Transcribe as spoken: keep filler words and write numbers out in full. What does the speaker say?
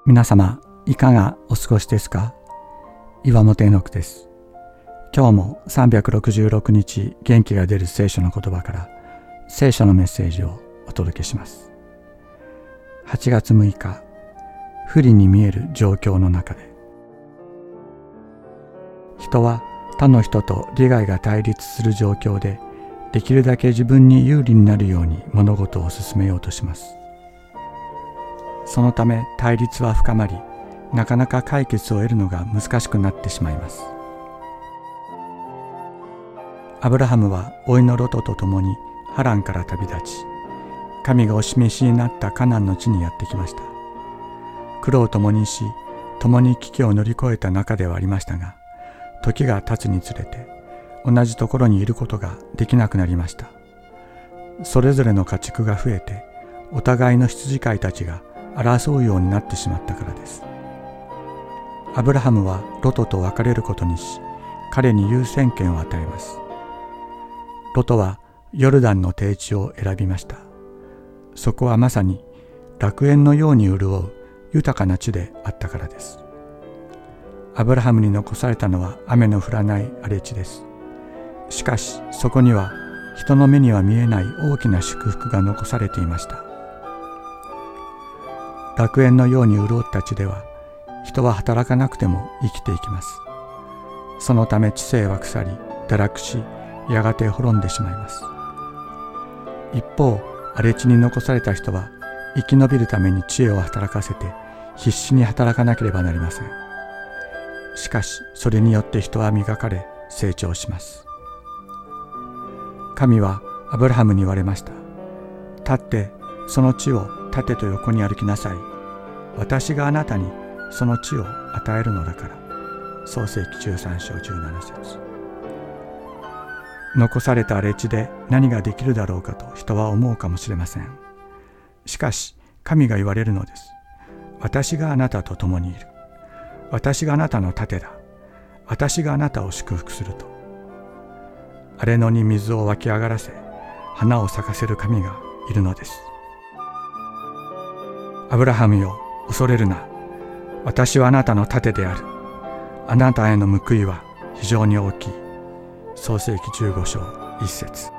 皆様いかがお過ごしですか？岩本絵の句です。今日もさんびゃくろくじゅうろくにち元気が出る聖書の言葉から聖書のメッセージをお届けします。はちがつむいか、不利に見える状況の中で。人は他の人と利害が対立する状況でできるだけ自分に有利になるように物事を進めようとします。そのため対立は深まり、なかなか解決を得るのが難しくなってしまいます。アブラハムは甥のロトと共にハランから旅立ち、神がお示しになったカナンの地にやってきました。苦労を共にし、共に危機を乗り越えた仲ではありましたが、時が経つにつれて同じところにいることができなくなりました。それぞれの家畜が増えて、お互いの羊飼いたちが争うようになってしまったからです。アブラハムはロトと別れることにし、彼に優先権を与えます。ロトはヨルダンの低地を選びました。そこはまさに楽園のように潤う豊かな地であったからです。アブラハムに残されたのは雨の降らない荒れ地です。しかしそこには人の目には見えない大きな祝福が残されていました。楽園のように潤った地では、人は働かなくても生きていきます。そのため知性は腐り、堕落し、やがて滅んでしまいます。一方、荒れ地に残された人は、生き延びるために知恵を働かせて、必死に働かなければなりません。しかし、それによって人は磨かれ、成長します。神はアブラハムに言われました。立って、その地を縦と横に歩きなさい。私があなたにその地を与えるのだから。創世記じゅうさんしょうじゅうななせつ。残された荒れ地で何ができるだろうかと人は思うかもしれません。しかし神が言われるのです。私があなたと共にいる。私があなたの盾だ。私があなたを祝福すると。荒れ野に水を湧き上がらせ、花を咲かせる神がいるのです。アブラハムよ、恐れるな。私はあなたの盾である。あなたへの報いは非常に大きい。創世記じゅうごしょういっせつ。